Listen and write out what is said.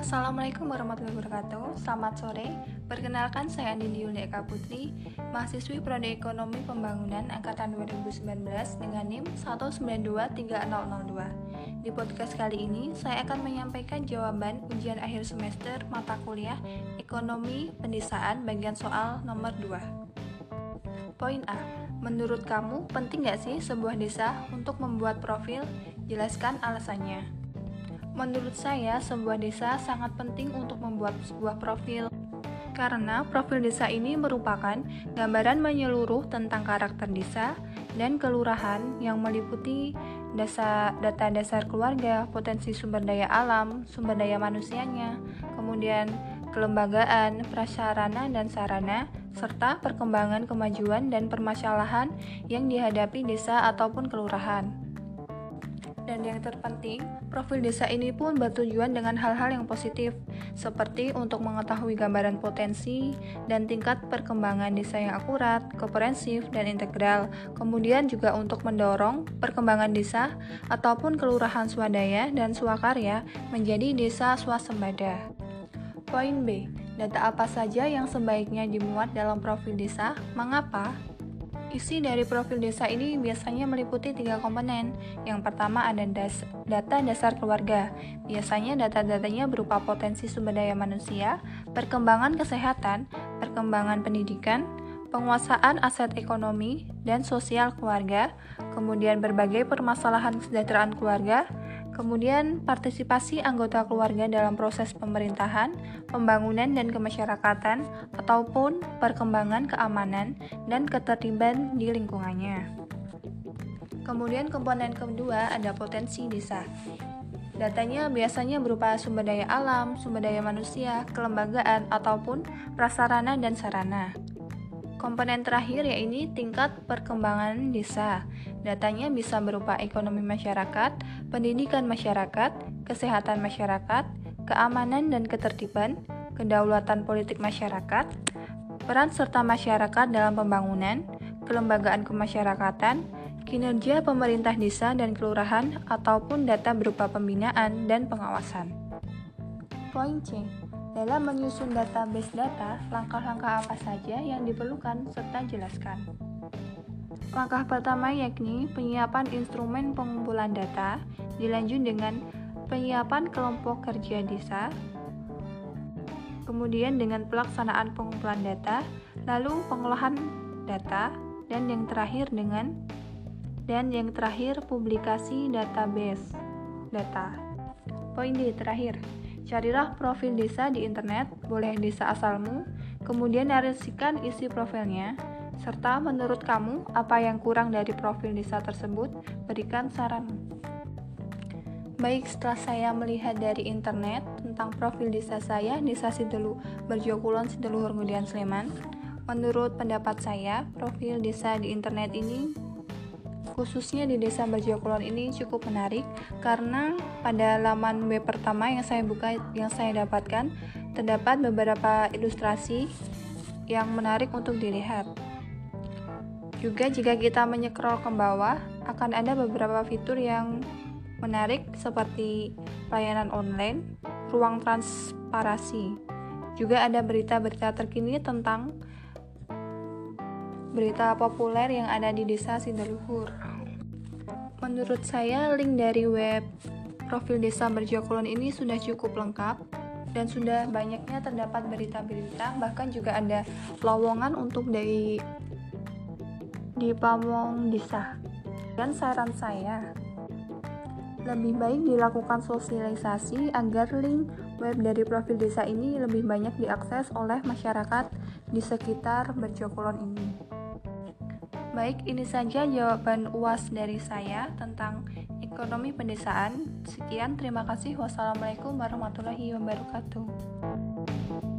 Assalamualaikum warahmatullahi wabarakatuh. Selamat sore. Perkenalkan, saya Andini Yulia Eka Putri, mahasiswi Prodi Ekonomi Pembangunan angkatan 2019 dengan NIM 1923002. Di podcast kali ini, saya akan menyampaikan jawaban ujian akhir semester mata kuliah Ekonomi Pendesaan bagian soal nomor 2. Poin A. Menurut kamu, penting nggak sih sebuah desa untuk membuat profil? Jelaskan alasannya. Menurut saya, sebuah desa sangat penting untuk membuat sebuah profil. Karena profil desa ini merupakan gambaran menyeluruh tentang karakter desa dan kelurahan yang meliputi data dasar keluarga, potensi sumber daya alam, sumber daya manusianya, kemudian kelembagaan, prasarana dan sarana, serta perkembangan kemajuan dan permasalahan yang dihadapi desa ataupun kelurahan. Dan yang terpenting, profil desa ini pun bertujuan dengan hal-hal yang positif, seperti untuk mengetahui gambaran potensi dan tingkat perkembangan desa yang akurat, komprehensif, dan integral. Kemudian juga untuk mendorong perkembangan desa ataupun kelurahan swadaya dan swakarya menjadi desa swasembada. Poin B. Data apa saja yang sebaiknya dimuat dalam profil desa? Mengapa? Isi dari profil desa ini biasanya meliputi 3 komponen. Yang pertama ada data dasar keluarga. Biasanya data-datanya berupa potensi sumber daya manusia, perkembangan kesehatan, perkembangan pendidikan, penguasaan aset ekonomi dan sosial keluarga, kemudian berbagai permasalahan kesejahteraan keluarga, kemudian partisipasi anggota keluarga dalam proses pemerintahan, pembangunan dan kemasyarakatan, ataupun perkembangan keamanan dan ketertiban di lingkungannya. Kemudian komponen kedua ada potensi desa. Datanya biasanya berupa sumber daya alam, sumber daya manusia, kelembagaan, ataupun prasarana dan sarana. Komponen terakhir yaitu tingkat perkembangan desa. Datanya bisa berupa ekonomi masyarakat, pendidikan masyarakat, kesehatan masyarakat, keamanan dan ketertiban, kedaulatan politik masyarakat, peran serta masyarakat dalam pembangunan, kelembagaan kemasyarakatan, kinerja pemerintah desa dan kelurahan, ataupun data berupa pembinaan dan pengawasan. Poin C. Dalam menyusun database data, langkah-langkah apa saja yang diperlukan serta jelaskan. Langkah pertama yakni penyiapan instrumen pengumpulan data, dilanjut dengan penyiapan kelompok kerja desa, kemudian dengan pelaksanaan pengumpulan data, lalu pengolahan data, dan yang terakhir publikasi database data. Poin D terakhir. Carilah profil desa di internet, boleh desa asalmu, kemudian narasikan isi profilnya, serta menurut kamu apa yang kurang dari profil desa tersebut, berikan saran. Baik, setelah saya melihat dari internet tentang profil desa saya, Desa Berjokulon Sidoluhur Ngudian Sleman, menurut pendapat saya, profil desa di internet ini khususnya di Desa Berjokulon ini cukup menarik karena pada laman web pertama yang saya dapatkan terdapat beberapa ilustrasi yang menarik untuk dilihat. Juga jika kita menyekrol ke bawah akan ada beberapa fitur yang menarik seperti pelayanan online, ruang transparasi. Juga ada berita-berita terkini tentang berita populer yang ada di Desa Sidoluhur. Menurut saya, link dari web profil Desa Berjokulon ini sudah cukup lengkap dan sudah banyaknya terdapat berita-berita, bahkan juga ada lowongan untuk di pamong desa. Dan saran saya, lebih baik dilakukan sosialisasi agar link web dari profil desa ini lebih banyak diakses oleh masyarakat di sekitar Berjokulon ini. Baik, ini saja jawaban UAS dari saya tentang ekonomi pedesaan. Sekian, terima kasih. Wassalamualaikum warahmatullahi wabarakatuh.